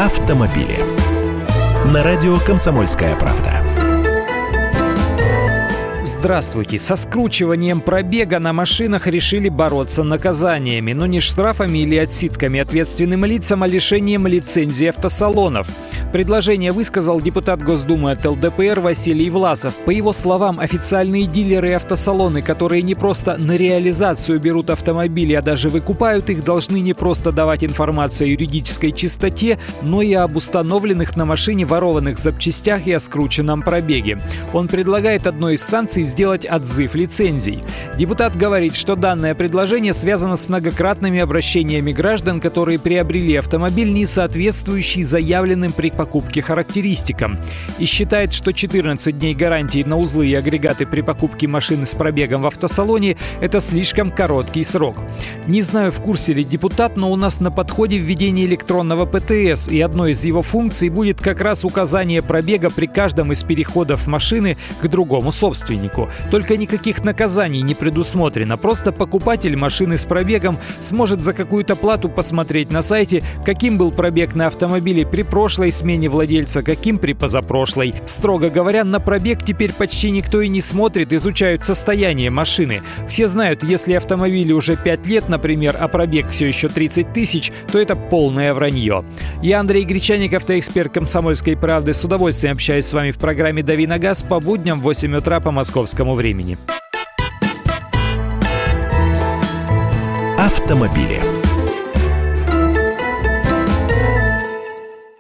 автомобили. На радио «Комсомольская правда». Здравствуйте. Со скручиванием пробега на машинах решили бороться наказаниями, но не штрафами или отсидками ответственным лицам, а лишением лицензии автосалонов. Предложение высказал депутат Госдумы от ЛДПР Василий Власов. По его словам, официальные дилеры и автосалоны, которые не просто на реализацию берут автомобили, а даже выкупают их, должны не просто давать информацию о юридической чистоте, но и об установленных на машине ворованных запчастях и о скрученном пробеге. Он предлагает одной из санкций сделать отзыв лицензий. Депутат говорит, что данное предложение связано с многократными обращениями граждан, которые приобрели автомобиль, не соответствующий заявленным при покупке характеристикам, и считает, что 14 дней гарантии на узлы и агрегаты при покупке машины с пробегом в автосалоне – это слишком короткий срок. Не знаю, в курсе ли депутат, но у нас на подходе введение электронного ПТС, и одной из его функций будет как раз указание пробега при каждом из переходов машины к другому собственнику. Только никаких наказаний не предусмотрено. Просто покупатель машины с пробегом сможет за какую-то плату посмотреть на сайте, каким был пробег на автомобиле при прошлой смене владельца, каким при позапрошлой. Строго говоря, на пробег теперь почти никто и не смотрит, изучают состояние машины. Все знают, если автомобилю уже 5 лет, например, а пробег все еще 30 тысяч, то это полное вранье. Я Андрей Гречаник, автоэксперт «Комсомольской правды». С удовольствием общаюсь с вами в программе «Дави на газ» по будням в 8 утра по московскому времени. Автомобили.